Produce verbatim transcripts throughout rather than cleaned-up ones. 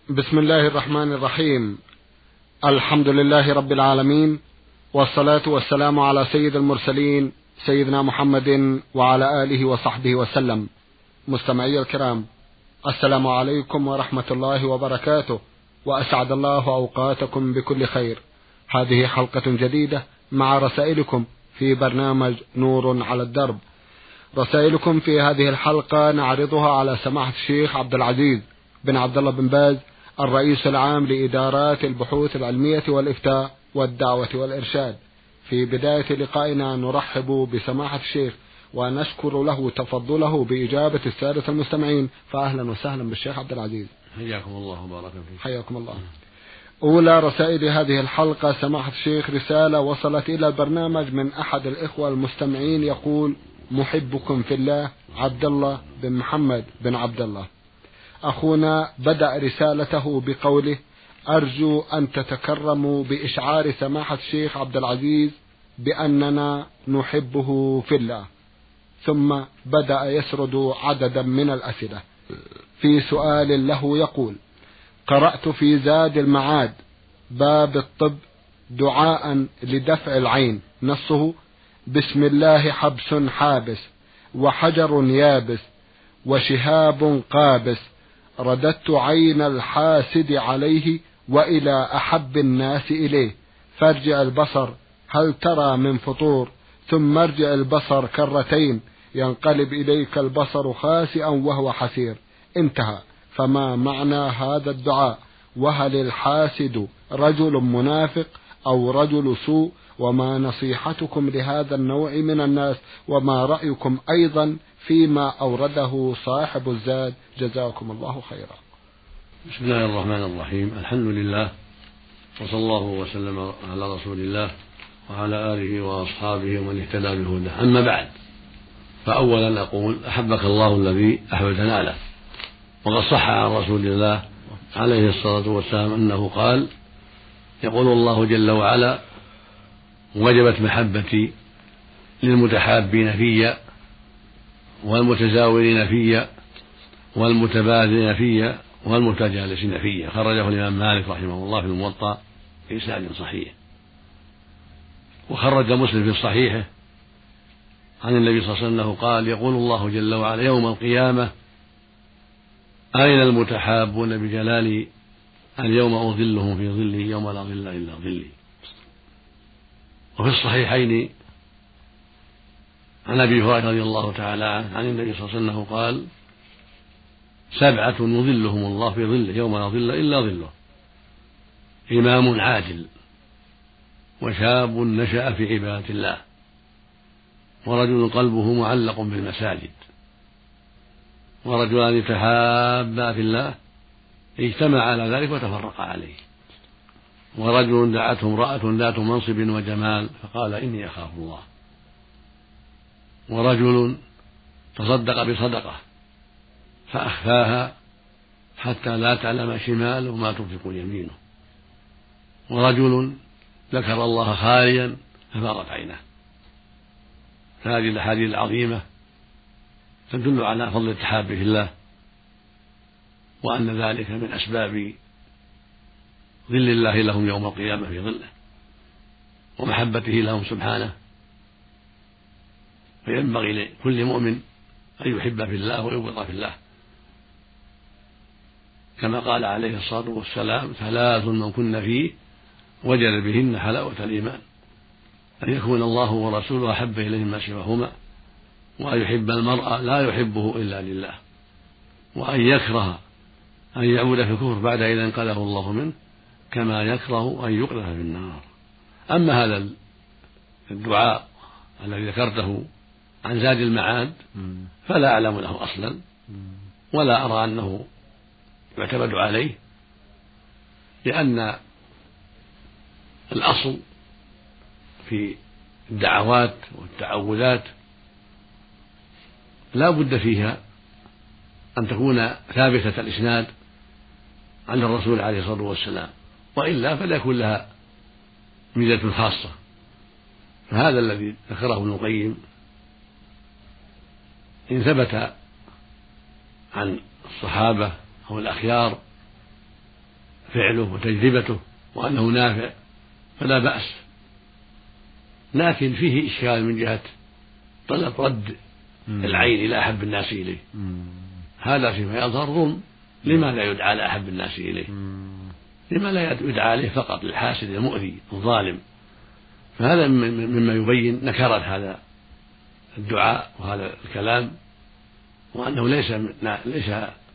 بسم الله الرحمن الرحيم. الحمد لله رب العالمين، والصلاة والسلام على سيد المرسلين سيدنا محمد وعلى آله وصحبه وسلم. مستمعي الكرام، السلام عليكم ورحمة الله وبركاته، وأسعد الله أوقاتكم بكل خير. هذه حلقة جديدة مع رسائلكم في برنامج نور على الدرب. رسائلكم في هذه الحلقة نعرضها على سماحة الشيخ عبد العزيز بن عبد الله بن باز، الرئيس العام لإدارات البحوث العلمية والإفتاء والدعوة والإرشاد. في بداية لقائنا نرحب بسماحة الشيخ ونشكر له تفضله بإجابة السادة المستمعين، فأهلا وسهلا بالشيخ عبد العزيز. حياكم الله وبارك فيك. حياكم الله. أولى رسائل هذه الحلقة سماحة الشيخ رسالة وصلت إلى البرنامج من أحد الإخوة المستمعين يقول: محبكم في الله، عبد الله بن محمد بن عبد الله. أخونا بدأ رسالته بقوله: أرجو أن تتكرموا بإشعار سماحة الشيخ عبد العزيز بأننا نحبه في الله. ثم بدأ يسرد عددا من الأسئلة. في سؤال له يقول: قرأت في زاد المعاد باب الطب دعاء لدفع العين، نصه: بسم الله حبس حابس، وحجر يابس، وشهاب قابس، رددت عين الحاسد عليه وإلى أحب الناس إليه، فارجع البصر هل ترى من فطور، ثم ارجع البصر كرتين ينقلب إليك البصر خاسئا وهو حسير. انتهى. فما معنى هذا الدعاء؟ وهل الحاسد رجل منافق أو رجل سوء؟ وما نصيحتكم لهذا النوع من الناس؟ وما رأيكم أيضا فيما أورده صاحب الزاد؟ جزاكم الله خيرا. بسم الله الرحمن الرحيم. الحمد لله، وصلى الله وسلم على رسول الله وعلى آله وأصحابه ومن اهتدى بهداه. أما بعد، فأولا أقول: أحبك الله الذي أحببتنا له. وقد صح عن رسول الله عليه الصلاة والسلام أنه قال: يقول الله جل وعلا: وجبت محبتي للمتحابين في والمتزاورين في والمتبادلين في والمتجالسين في. خرجه الإمام مالك رحمه الله في الموطأ بإسناد صحيح. وخرج مسلم في صحيحه عن النبي صلى الله عليه وسلم أنه قال: يقول الله جل وعلا يوم القيامة: أين المتحابون بجلالي؟ اليوم أظلهم في ظلي يوم لا ظل إلا ظلي. وفي الصحيحين عن أبي هريرة رضي الله تعالى عنه عن النبي صلى الله عليه وسلم أنه قال: سبعة يظلهم الله في ظله يوم لا ظل إلا ظله: إمام عادل، وشاب نشأ في عبادة الله، ورجل قلبه معلق بالمساجد، ورجلان تحابا في الله اجتمعا على ذلك وتفرقا عليه، ورجل دعته امرأة ذات منصب وجمال فقال: إني أخاف الله، ورجل تصدق بصدقة فأخفاها حتى لا تعلم شماله ما تنفق يمينه، ورجل ذكر الله خاليا ففاضت عيناه. فهذه الأحاديث العظيمة تدل على فضل التحاب في الله، وأن ذلك من أسباب ظل الله لهم يوم القيامة في ظله ومحبته لهم سبحانه. فينبغي لكل مؤمن أن يحب في الله ويبغض في الله، كما قال عليه الصلاة والسلام: ثلاث من كن فيه وجد بهن حلاوة الإيمان: أن يكون الله ورسوله أحب إليه ما سواهما، وأن يحب المرء لا يحبه إلا لله، وأن يكره أن يعود في الكفر بعد إذا انقذه الله منه، كما يكره أن يقذف في النار. أما هذا الدعاء الذي ذكرته عن زاد المعاد فلا أعلم له أصلا، ولا أرى أنه يعتمد عليه، لأن الأصل في الدعوات والتعوذات لا بد فيها أن تكون ثابتة الإسناد عن الرسول عليه الصلاة والسلام، وإلا فلا يكون لها ميزة خاصة. فهذا الذي ذكره ابن القيم إن ثبت عن الصحابة أو الأخيار فعله وتجربته وأنه نافع فلا بأس، لكن فيه إشكال من جهة طلب رد العين إلى أحب الناس إليه، هذا فيما يظهر ظلم. لما لا يدعى لأحب الناس إليه؟ لما لا يدعى عليه فقط للحاسد المؤذي الظالم؟ فهذا مما يبين نكرة هذا الدعاء وهذا الكلام، وأنه ليس ليس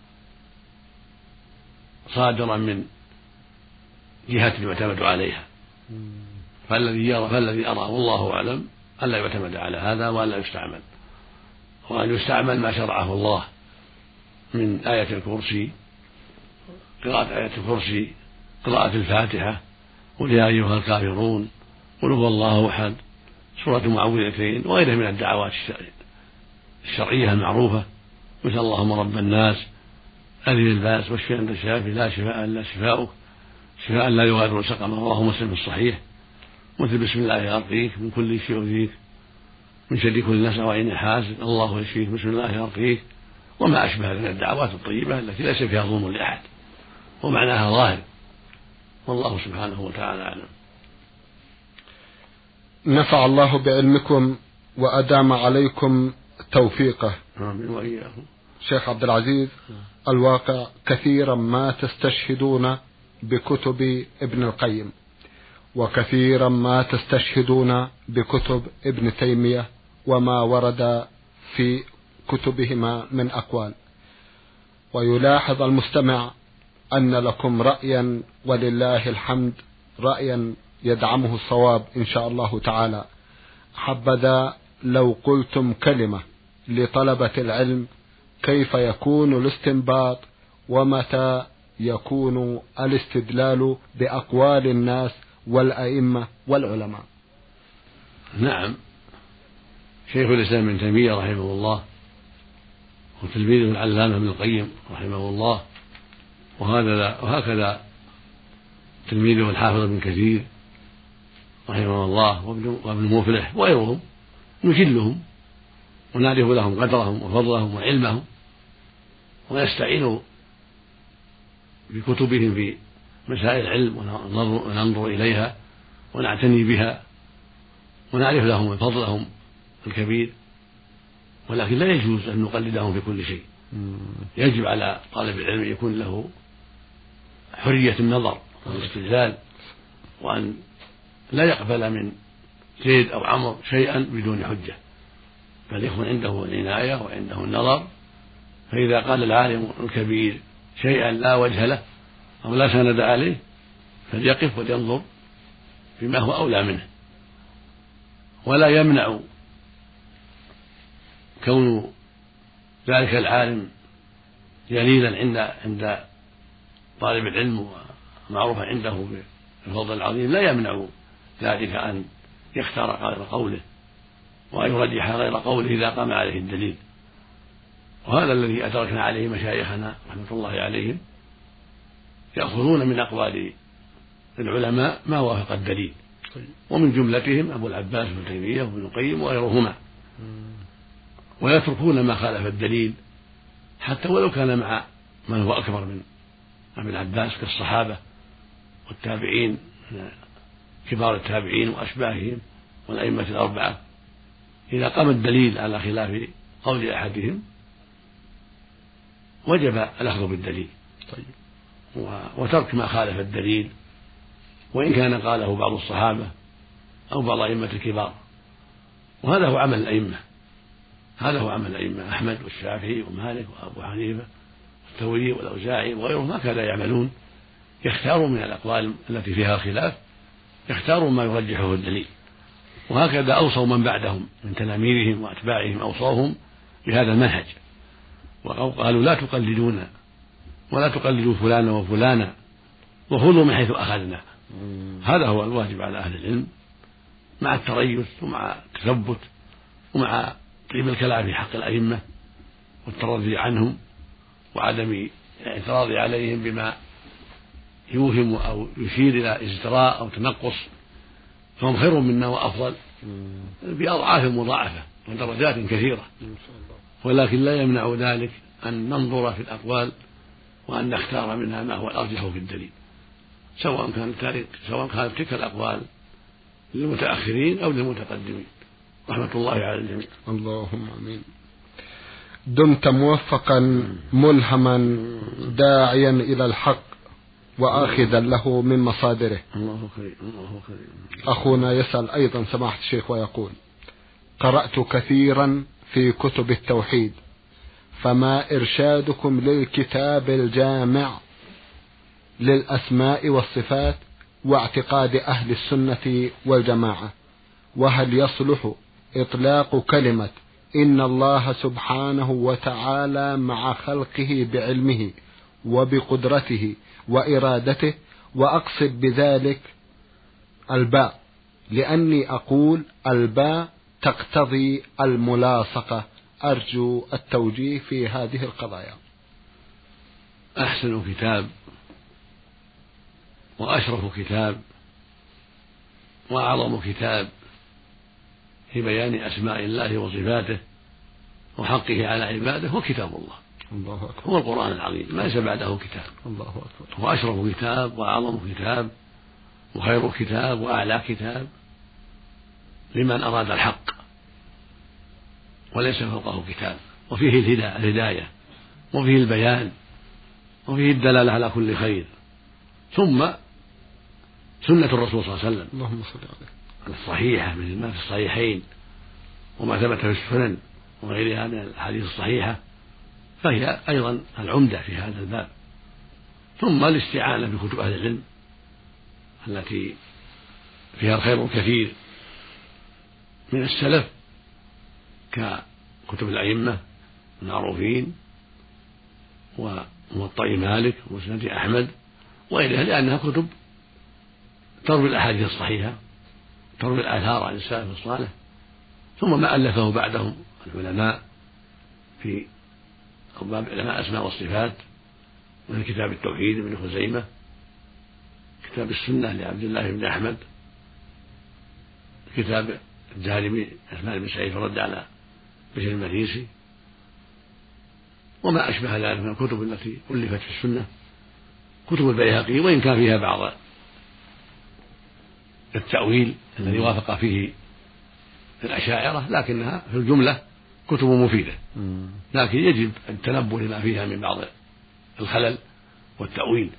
صادرا من جهة يعتمد عليها. فالذي يرى فالذي أراه والله أعلم ألا يعتمد على هذا وألا يستعمل، وأن يستعمل ما شرعه الله من آية الكرسي، قراءة آية الكرسي، قراءة الفاتحة، قل يا أيها الكافرون، قل هو الله أحد، سورة المعوذتين، وغيرها من الدعوات الشرعية المعروفة، مثل اللهم رب الناس أذهب الباس واشف أنت الشافي لا شفاء إلا شفاؤك شفاء لا يغادر سقما، رواه مسلم في الصحيح، مثل بسم الله أرقيك من كل شيء يؤذيك من شر كل نفس وعين حاسد الله يشفيك بسم الله يرقيك، وما أشبه من الدعوات الطيبة التي ليس فيها ظلم لأحد ومعناها ظاهر، والله سبحانه وتعالى أعلم. نفع الله بعلمكم وأدام عليكم توفيقه. آمين وإياكم. شيخ عبد العزيز، الواقع كثيرا ما تستشهدون بكتب ابن القيم، وكثيرا ما تستشهدون بكتب ابن تيمية وما ورد في كتبهما من أقوال، ويلاحظ المستمع أن لكم رأيا ولله الحمد رأيا يدعمه الصواب إن شاء الله تعالى. حبذا لو قلتم كلمة لطلبة العلم كيف يكون الاستنباط ومتى يكون الاستدلال بأقوال الناس والأئمة والعلماء. نعم، شيخ الإسلام ابن تيمية رحمه الله وتلميذه العلامة ابن القيم رحمه الله، وهذا وهكذا تلميذه الحافظ ابن كثير رحمه الله وابن مفلح وغيرهم، نجلهم ونعرف لهم قدرهم وفضلهم وعلمهم، ونستعين بكتبهم في مسائل العلم وننظر إليها ونعتني بها ونعرف لهم فضلهم الكبير، ولكن لا يجوز أن نقلدهم في كل شيء. يجب على طالب العلم أن يكون له حرية النظر والاستدلال، وأن لا يقبل من زيد أو عمرو شيئا بدون حجة، بل يكون عنده العناية وعنده النظر. فإذا قال العالم الكبير شيئا لا وجه له أو لا سند عليه فليقف ولينظر بما هو أولى منه، ولا يمنع كون ذلك العالم جليلا عند عند طالب العلم ومعروفا عنده بالفضل العظيم، لا يمنع ذلك أن يختار غير قوله وأن يرجح غير قوله إذا قام عليه الدليل. وهذا الذي أدركنا عليه مشايخنا رحمة الله عليهم، يأخذون من أقوال العلماء ما وافق الدليل، ومن جملتهم أبو العباس ابن تيمية وابن القيم وغيرهما، ويتركون ما خالف الدليل حتى ولو كان مع من هو أكبر من أبي العباس كالصحابة والتابعين كبار التابعين وأشباههم والأئمة الأربعة. إذا قام الدليل على خلاف قول أحدهم وجب الأخذ بالدليل وترك ما خالف الدليل، وإن كان قاله بعض الصحابة أو بعض أئمة الكبار. وهذا هو عمل الأئمة، هذا هو عمل الأئمة أحمد والشافعي ومالك وأبو حنيفة والثوري والأوزاعي وغيرهم، هكذا يعملون، يختاروا من الأقوال التي فيها خلاف يختاروا ما يرجحه الدليل. وهكذا أوصوا من بعدهم من تلاميذهم وأتباعهم، أوصوهم بهذا المنهج وقالوا لا تقلدونا ولا تقلدوا فلانا وفلانا وخذوا من حيث أخذنا. هذا هو الواجب على أهل العلم، مع التريث ومع التثبت ومع طيب الكلام في حق الأئمة والترضي عنهم وعدم الاعتراض عليهم بما يوهم أو يشير إلى ازدراء أو تنقص، فهم خير منا وأفضل بأضعاف مضاعفة ودرجات كثيرة، ولكن لا يمنع ذلك أن ننظر في الأقوال وأن نختار منها ما هو الأرجح في الدليل. سواء كان تاريخ سواء كانت تلك الأقوال للمتأخرين أو للمتقدمين، رحمة الله على الجميع. اللهم آمين. دمت موفقا ملهما داعيا إلى الحق وآخذا له من مصادره. الله خير الله خير. أخونا يسأل أيضا سماحة الشيخ ويقول: قرأت كثيرا في كتب التوحيد، فما إرشادكم للكتاب الجامع للأسماء والصفات واعتقاد أهل السنة والجماعة؟ وهل يصلح إطلاق كلمة إن الله سبحانه وتعالى مع خلقه بعلمه وبقدرته وإرادته، وأقصد بذلك الباء، لأني أقول الباء تقتضي الملاصقة؟ أرجو التوجيه في هذه القضايا. أحسن كتاب وأشرف كتاب وأعظم كتاب في بيان أسماء الله وصفاته وحقه على عباده هو كتاب الله. الله أكبر. هو القرآن العظيم، ما ليس بعده كتاب. الله أكبر. هو أشرف كتاب وأعظم كتاب وخير كتاب وأعلى كتاب لمن أراد الحق، وليس فوقه كتاب. وفيه الهداية وفيه البيان وفيه الدلالة على كل خير، ثم سنة الرسول صلى الله عليه وسلم اللهم صل عليه الصحيحة مثل ما في الصحيحين وما ثبت في السنن وغيرها من الأحاديث الصحيحة، فهي أيضا العمدة في هذا الباب. ثم الاستعانة بكتب أهل العلم التي فيها الخير الكثير من السلف ككتب الأئمة المعروفين وموطأ مالك ومسند أحمد وغيرها، لأنها كتب تروي الأحاديث الصحيحة، تروي الآثار عن السلف الصالح. ثم ما ألفه بعدهم العلماء في باب علماء أسماء والصفات، من كتاب التوحيد ابن خزيمة، كتاب السنة لعبد الله بن أحمد، كتاب الدارمي عثمان بن سعيد رد على بشر المريسي، وما أشبه ذلك من الكتب التي ألفت في السنة. كتب البيهقي وإن كان فيها بعض التأويل الذي وافق فيه الأشاعرة، لكنها في الجملة كتب مفيدة، لكن يجب التنبه لما فيها من بعض الخلل والتأويل.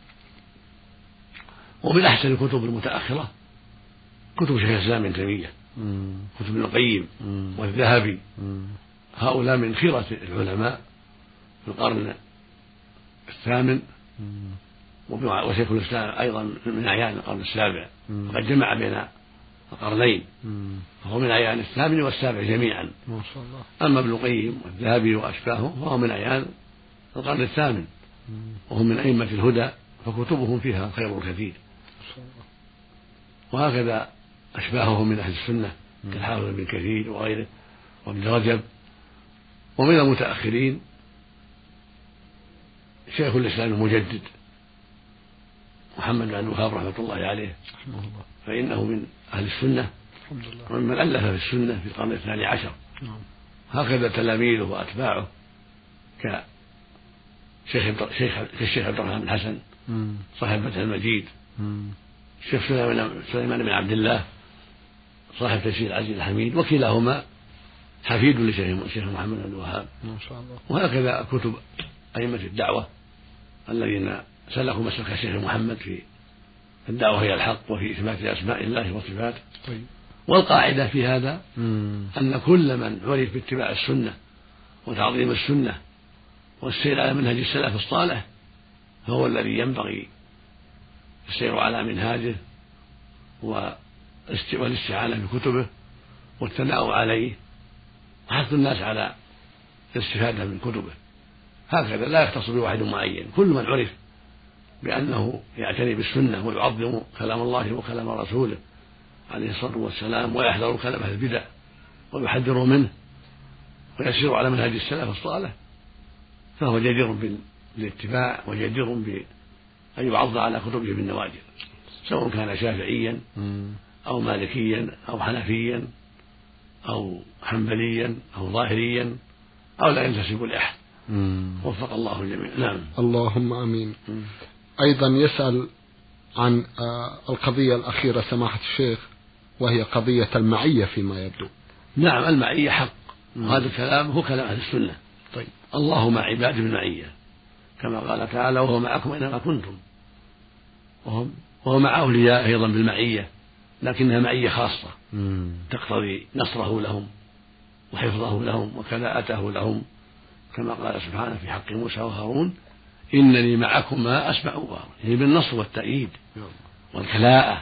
ومن أحسن الكتب المتأخرة كتب شيخ الإسلام ابن تيمية، كتب ابن القيم والذهبي، هؤلاء من خيرة العلماء في القرن الثامن، وشيخ الإسلام أيضا من أعيان القرن السابع، وقد جمع بين القرنين، فهو من أعيان الثامن والسابع جميعا ما شاء الله. أما ابن القيم والذهبي وأشباهه فهو من أعيان القرن الثامن، وهم من أئمة الهدى، فكتبهم فيها خير كثير. وهكذا أشباههم من أهل السنة كالحافظ بن كثير وغيره وابن رجب. ومن المتأخرين شيخ الإسلام المجدد محمد بن عبد الوهاب رحمة الله عليه، فإنه من أهل السنة ومن ألف في السنة في القرن الثاني عشر. هكذا تلاميذه وأتباعه كشيخ الشيخ عبد الرحمن بن حسن صاحب فتح المجيد، الشيخ سليمان بن عبد الله صاحب تيسير العزيز الحميد، وكلاهما حفيد لشيخ محمد بن عبد الوهاب. وهكذا كتب أئمة الدعوة الذين سلكوا مسلك الشيخ محمد في الدعوة هي الحق وفي إثبات أسماء الله وصفاته. طيب. والقاعدة في هذا مم. أن كل من عرف باتباع السنة وتعظيم السنة والسير على منهج السلف الصالح فهو الذي ينبغي السير على منهاجه والاستعانة بكتبه والثناء عليه وحث الناس على الاستفادة من كتبه. هكذا لا يختص بواحد معين، كل من عرف بأنه يعتني بالسنة ويعظم كلام الله وكلام رسوله عليه الصلاة والسلام ويحذر كلام أهل البدع ويحذر منه ويسير على منهج السلف الصالح فهو جدير بالاتباع وجدير بأن يعض على كتبه بالنواجذ، سواء كان شافعيا أو مالكيا أو حنفيا أو حنبليا أو ظاهريا أو لا ينتسب لأحد. وفق الله الجميع. نعم. اللهم آمين. أيضا يسأل عن القضية الأخيرة سماحة الشيخ، وهي قضية المعية فيما يبدو. نعم، المعية حق، وهذا الكلام هو كلام أهل السنة. طيب. الله مع عباده بالمعية، كما قال تعالى: وهو معكم أينما كنتم. وهو مع أولياء أيضا بالمعية، لكنها معية خاصة مم. تقتضي نصره لهم وحفظه لهم وكلاءته لهم، كما قال سبحانه في حق موسى وهارون: إنني معكما أسمع وأرى، يعني بالنصر والتأييد والكلاءة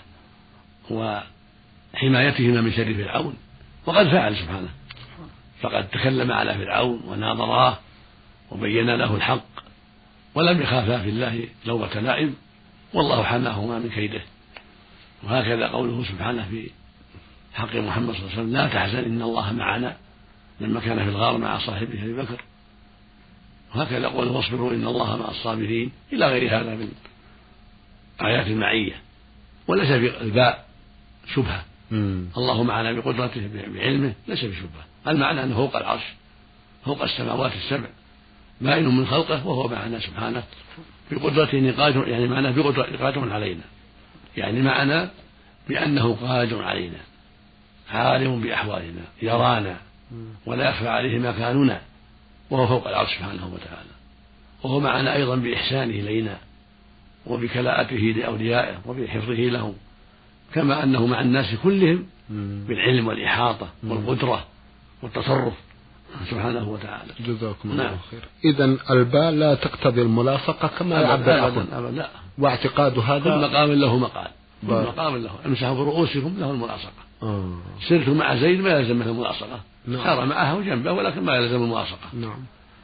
وحمايتهما من شر فرعون. وقد فعل سبحانه، فقد تكلم على فرعون وناظراه وبين له الحق، ولم يخافا في الله لومة لائم، والله حماهما من كيده. وهكذا قوله سبحانه في حق محمد صلى الله عليه وسلم: لا تحزن إن الله معنا، لما كان في الغار مع صاحبه أبي بكر. وهكذا قوله: واصبروا إن الله مع الصابرين، إلى غير هذا من آيات المعية. وليس في الباء شبهة، مم. الله معنا بقدرته بعلمه، ليس بشبهة. المعنى أنه فوق العرش، فوق السماوات السبع، بائن من خلقه، وهو معنا سبحانه بقدرته قادر، يعني معناه بقدرته قادر علينا، يعني معنا بأنه قادر علينا، عالم بأحوالنا، يرانا ولا يخفى عليه مكاننا، وهو فوق العرش سبحانه وتعالى. وهو معنا أيضا بإحسانه إلينا وبكلاءته لأوليائه وبحفظه لهم، كما أنه مع الناس كلهم بالعلم والإحاطة والقدرة والتصرف سبحانه وتعالى. جزاكم الله خير. إذن الباء لا تقتضي الملاصقة كما يعبر أخونا، واعتقاد هذا كل مقام له مقال، كل مقام له. امسحوا برؤوسكم له الملاصقة. آه. سرت مع زيد ما يلزم منه الملاصقة، نعم. سار معه جنبه ولكن ما يلزم الملاصقة. نعم.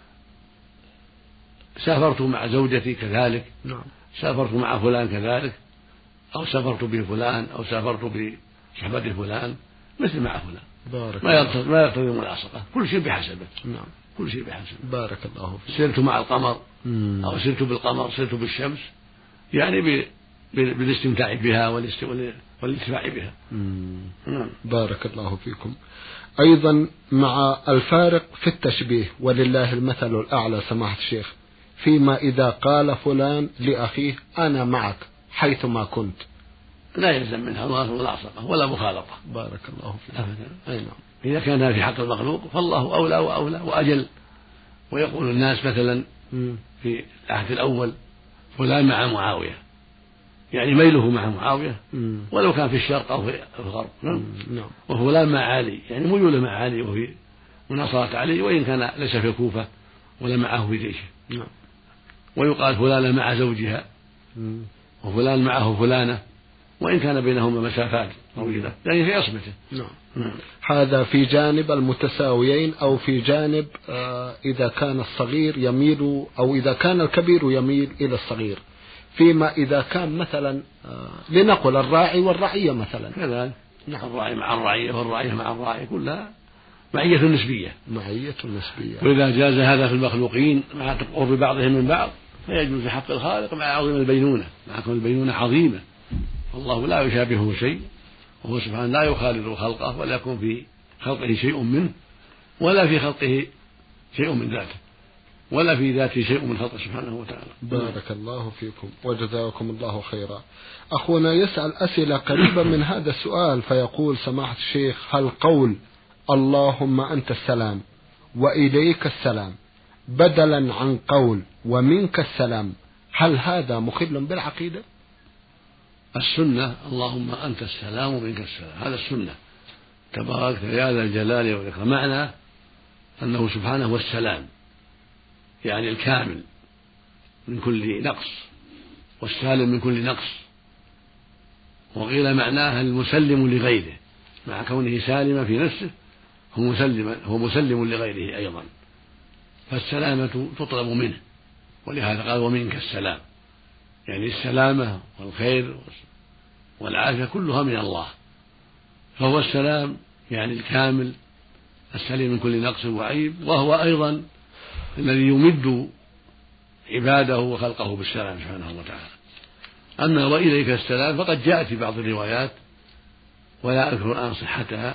سافرت مع زوجتي كذلك. نعم. سافرت مع فلان كذلك، أو سافرت بفلان، أو سافرت بصحبة فلان، مثل مع فلان. بارك ما يقتضي ما يقتضي الملاصقة، كل شيء بحسبه. نعم. كل شيء بحسبه. بارك الله فيك. سرت مع القمر، مم. أو سرت بالقمر، سرت بالشمس، يعني ب... بالاستمتاع بها والانتفاع بها. نعم. بارك الله فيكم. أيضا مع الفارق في التشبيه، ولله المثل الأعلى سماحة الشيخ، فيما إذا قال فلان لأخيه أنا معك حيثما كنت، لا يلزم منها ملاصقة ولا مخالطة. بارك الله فيك. أي نعم. إذا كان في حق المخلوق فالله أولى وأولى وأجل. ويقول الناس مثلا في العهد الأول فلان مع معاوية، يعني ميله مع معاوية ولو كان في الشرق أو في الغرب. نعم. وفلان مع علي، يعني ميوله مع علي وفي مناصرة علي، وإن كان ليس في الكوفة ولا معه في جيشه. نعم. ويقال فلان مع زوجها، وفلان معه فلانة، وإن كان بينهما مسافات طويلة، يعني في عصمته. نعم. نعم. هذا في جانب المتساويين، أو في جانب آه إذا كان الصغير يميل، أو إذا كان الكبير يميل إلى الصغير. فيما إذا كان مثلا آه لنقل الراعي والرعية مثلا كذلك. نعم. الراعي مع الرعية والرعية مع الراعي، كلها معية نسبية. معية نسبية. وإذا جاز هذا في المخلوقين مع قرب بعضهم من بعض، فيجوز في حق الخالق مع عظيم البينونة، مع كون البينونة عظيمة، والله لا يشابهه شيء، وهو سبحانه لا يخالط خلقه، ولا يكون في خلقه شيء منه، ولا في خلقه شيء من ذاته، ولا في ذاته شيء من خلقه سبحانه وتعالى. بارك الله فيكم وجزاكم الله خيرا. أخونا يسأل أسئلة قريبة من هذا السؤال، فيقول سماحة الشيخ: هل قول اللهم أنت السلام وإليك السلام بدلا عن قول ومنك السلام، هل هذا مخل بالعقيدة؟ السنة اللهم أنت السلام ومنك السلام، هذا السنة تبارك يا ذا الجلال والإكرام، معنى أنه سبحانه هو السلام، يعني الكامل من كل نقص والسالم من كل نقص. وقيل معناها المسلم لغيره، مع كونه سالما في نفسه هو مسلم, هو مسلم لغيره أيضا، فالسلامة تطلب منه، ولهذا قال ومنك السلام، يعني السلامة والخير والعافية كلها من الله، فهو السلام يعني الكامل السليم من كل نقص وعيب، وهو أيضا الذي يمد عباده وخلقه بالسلام سبحانه وتعالى. أما وإليك السلام فقد جاءت في بعض الروايات، ولا أذكر الآن صحتها،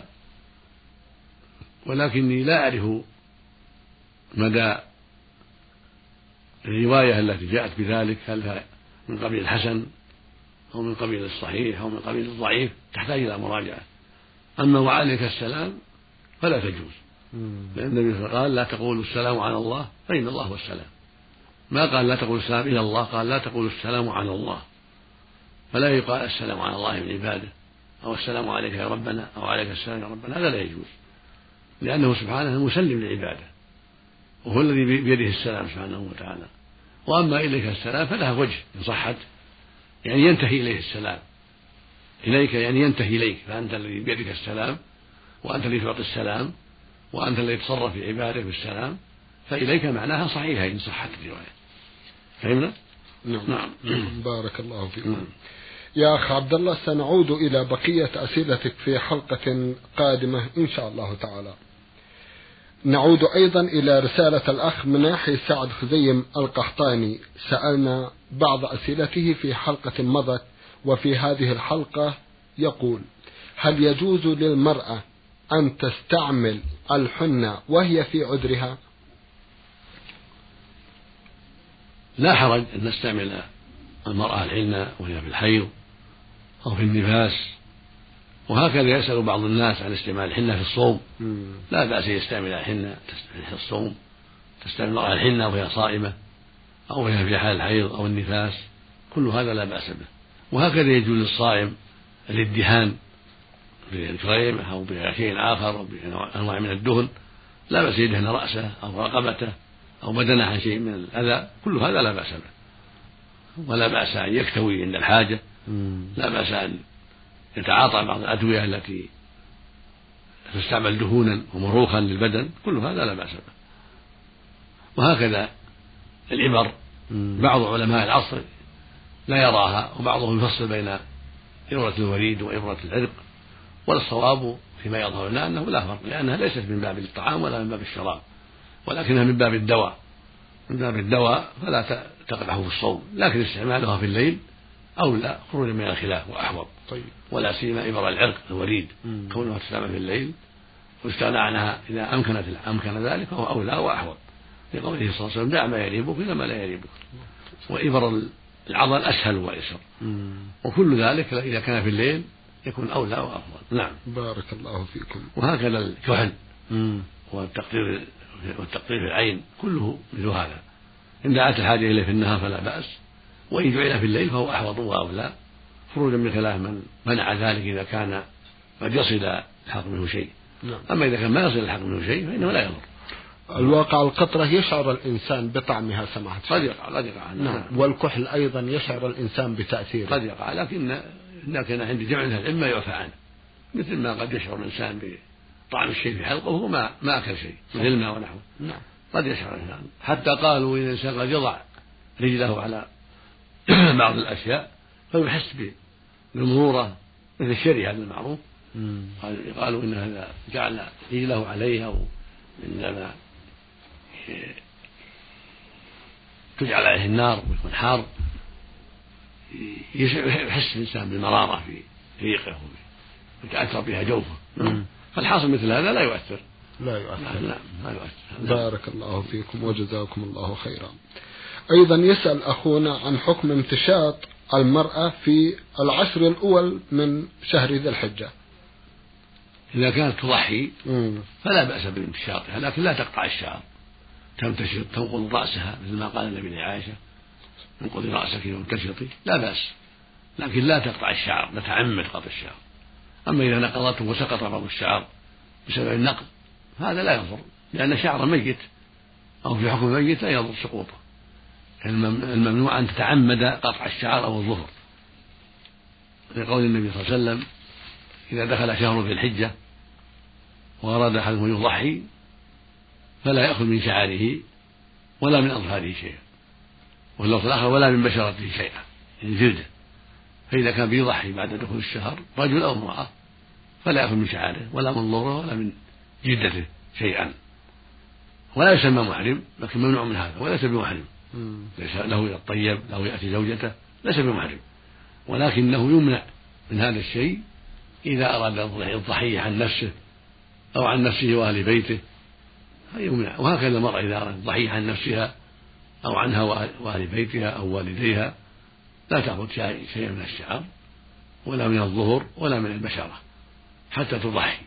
ولكني لا أعرف مدى الرواية التي جاءت بذلك، هل من قبيل الحسن أو من قبيل الصحيح أو من قبيل الضعيف تحتاج إلى مراجعة. أما وعليك السلام فلا تجوز، لأن النبي صلى الله عليه وسلم قال لا تقولوا السلام على الله فإن الله هو السلام، ما قال لا تقولوا السلام إلى الله، قال لا تقولوا السلام على الله. فلا يقال السلام على الله من عباده أو السلام عليك يا ربنا أو عليك السلام يا ربنا، هذا لا يجوز، لأنه سبحانه المسلم لعباده وهو الذي بيده السلام سبحانه وتعالى. وأما إليك السلام فلها وجه إن صحت، يعني ينتهي إليه السلام، إليك يعني ينتهي إليك، فأنت الذي بيدك السلام وأنت الذي تعطي السلام وأنت الذي تصرف في عبادك بالسلام، فإليك معناها صحيحة إن صحت الرواية. فهمنا؟ نعم. نعم. بارك الله فيكم. نعم. يا أخ عبد الله، سنعود إلى بقية أسئلتك في حلقة قادمة إن شاء الله تعالى. نعود أيضا إلى رسالة الأخ مناحي سعد خزيم القحطاني، سألنا بعض أسئلته في حلقة مضت، وفي هذه الحلقة يقول: هل يجوز للمرأة أن تستعمل الحنة وهي في عذرها؟ لا حرج أن نستعمل المرأة الحنة وهي في الحيض أو في النفاس، وهكذا يسأل بعض الناس عن استعمال الحنة في الصوم. لا بأس يستعمل الحنة في الصوم، تستعمل المرأة الحنة وهي صائمة أو وهي في حال الحيض أو النفاس، كل هذا لا بأس به. وهكذا يجوز للصائم الادهان بالكريم أو بشيء آخر أو بأنواع من الدهن، لا بأس يدهن رأسه أو رقبته أو بدنه عن شيء من الأذى، كل هذا لا بأس به. ولا بأس أن يكتوي عند الحاجة، لا بأس أن يتعاطى بعض الأدوية التي تستعمل دهونا ومروخا للبدن، كل هذا لا بأس به. وهكذا الإبر، بعض علماء العصر لا يراها، وبعضهم يفصل بين إبرة الوريد وإبرة العرق، والصواب فيما يظهر لنا أنه لا فرق، لأنها ليست من باب الطعام ولا من باب الشراب، ولكنها من باب الدواء، من باب الدواء فلا تقدح في الصوم، لكن استعمالها في الليل أولى خروجا من الخلاف وأحوط. طيب. ولا سيما إبر العرق الوريد كونها تستعمل في الليل واستغنى عنها إذا أمكنت أمكن ذلك فهو أولى وأحوط، لقوله صلى الله عليه وسلم: دع ما يريبك إلى ما لا يريبك. وإبر العضل أسهل وأيسر، وكل ذلك إذا كان في الليل يكون أولى وأفضل. نعم. بارك الله فيكم. وهكذا الكحل والتقطير والتقطير في العين كله مثل هذا، إن دعت الحاجة إليه في النهار فلا بأس، وإن جعل في الليل فهو أحوط وأولى، خروجا من خلاف من منع ذلك إذا كان قد يصل الحق منه شيء. نعم. أما إذا كان ما يصل الحق منه شيء فإنه لا يضر. الواقع القطرة يشعر الإنسان بطعمها سماحة، قد يقع قد يقع نعم. نعم. والكحل أيضا يشعر الإنسان بتأثيره، قد يقع، لكن لكن عند جمع العلم ما يعفى عنه، مثل ما قد يشعر الإنسان بطعم الشيء في حلقه وهو ما ما أكل شيء مثل الماء ونحوه. نعم. قد يشعر الإنسان، حتى قالوا إن الإنسان قد يضع رجله على بعض الأشياء فيحس بالمرورة مثل الشري هذا المعروف. قالوا إن هذا جعل رجله عليها إنما تجعل عليه النار ويكون حار، يحس الإنسان بالمرارة في ريقه ويتأثر بها جوفه. فالحاصل مثل هذا لا يؤثر لا يؤثر لا لا يؤثر. بارك الله فيكم وجزاكم الله خيرا. أيضا يسأل أخونا عن حكم امتشاط المرأة في العشر الأول من شهر ذي الحجة. إذا كانت تضحي فلا بأس بامتشاطها، لكن لا تقطع الشعر، تمتشط تنقض رأسها مثل ما قال النبي لعائشة: انقضي رأسك وامتشطي، لا بأس، لكن لا تقطع الشعر، لا تعمد قطع الشعر. أما إذا نقضته وسقط بعض الشعر بسبب النقض هذا لا يضر، لأن شعر ميت أو في حكم ميت لا يضر سقوطه. الممنوع أن تتعمد قطع الشعر أو الظهر، لقول النبي صلى الله عليه وسلم: إذا دخل شهر ذي الحجة وأراد أحدهم يضحي فلا يأخذ من شعره ولا من أظفاره شيئا، وفي اللفظ الآخر: ولا من بشرته شيئا، يعني جلده. فإذا كان بيضحي بعد دخول الشهر رجل أو امرأة فلا يأخذ من شعره ولا من ظهره ولا من جلدته شيئا، ولا يسمى محرم، لكن ممنوع من هذا، وليس بمحرم، ليس له يطيب له يأتي زوجته، ليس بمحرم، ولكنه يمنع من هذا الشيء إذا أراد الضحية عن نفسه أو عن نفسه وأهل بيته يمنع. وهكذا المرأة إذا أراد الضحية عن نفسها أو عنها وأهل بيتها أو والديها لا تأخذ شيئا من الشعر ولا من الظهر ولا من البشرة حتى تضحي.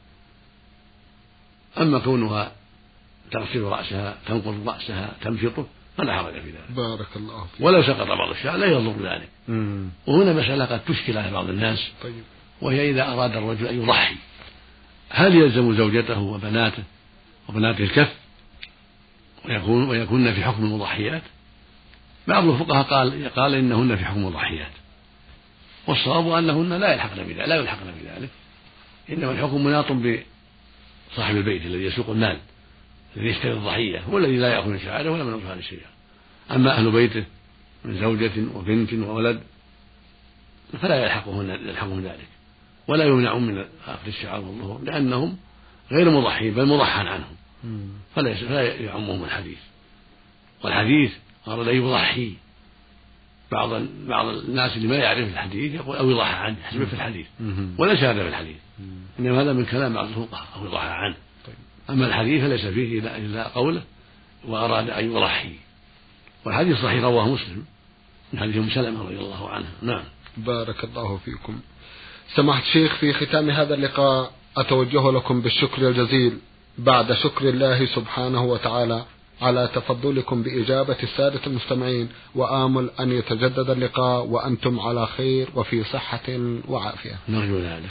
أما كونها تغسل رأسها تنقض رأسها تمشطه فلا حرج في ذلك. بارك الله فيك. ولو سقط بعض الشعر لا يضر ذلك. مم. وهنا مسألة قد تشكل على بعض الناس. طيب. وهي إذا أراد الرجل أن يضحي هل يلزم زوجته وبناته وبنات الكف ويكون ويكون في حكم المضحيات؟ بعض الفقهاء قال قال إنهن في حكم المضحيات، والصواب أنهن لا يلحقن بذلك لا يلحقن بذلك إنما الحكم مناط بصاحب البيت الذي يسوق المال الذي يشتري الضحية والذي لا يأخذ من شعاره ولا من أطفال الشيء. أما أهل بيته من زوجة وبنت وولد فلا يلحقهم يلحقهم ذلك ولا يمنعون من أخذ الشعار والظهور لأنهم غير مضحين بل مضحى عنهم، فلا يعمهم الحديث. والحديث قال لا يضحي. بعض بعض الناس اللي ما يعرف الحديث يقول أو يضحى عنه حسب في الحديث وليس هذا في الحديث، إنما هذا من كلام بعض الفقهاء أو يضحى عنه. أما الحديث فليس فيه إلا قوله وأراد أن يضحي. والحديث صحيح رواه مسلم من حديث أم سلمة رضي الله عنها. نعم. بارك الله فيكم. سماحة الشيخ، في ختام هذا اللقاء أتوجه لكم بالشكر الجزيل بعد شكر الله سبحانه وتعالى على تفضلكم بإجابة السادة المستمعين، وآمل أن يتجدد اللقاء وأنتم على خير وفي صحة وعافية. نرجو ذلك.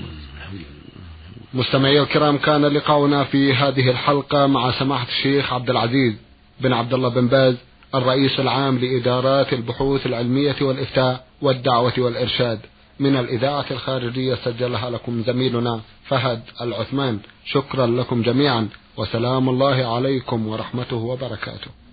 مستمعي الكرام، كان لقاؤنا في هذه الحلقة مع سماحة الشيخ عبد العزيز بن عبد الله بن باز الرئيس العام لإدارات البحوث العلمية والإفتاء والدعوة والإرشاد من الإذاعة الخارجية، سجلها لكم زميلنا فهد العثمان. شكرا لكم جميعا، وسلام الله عليكم ورحمته وبركاته.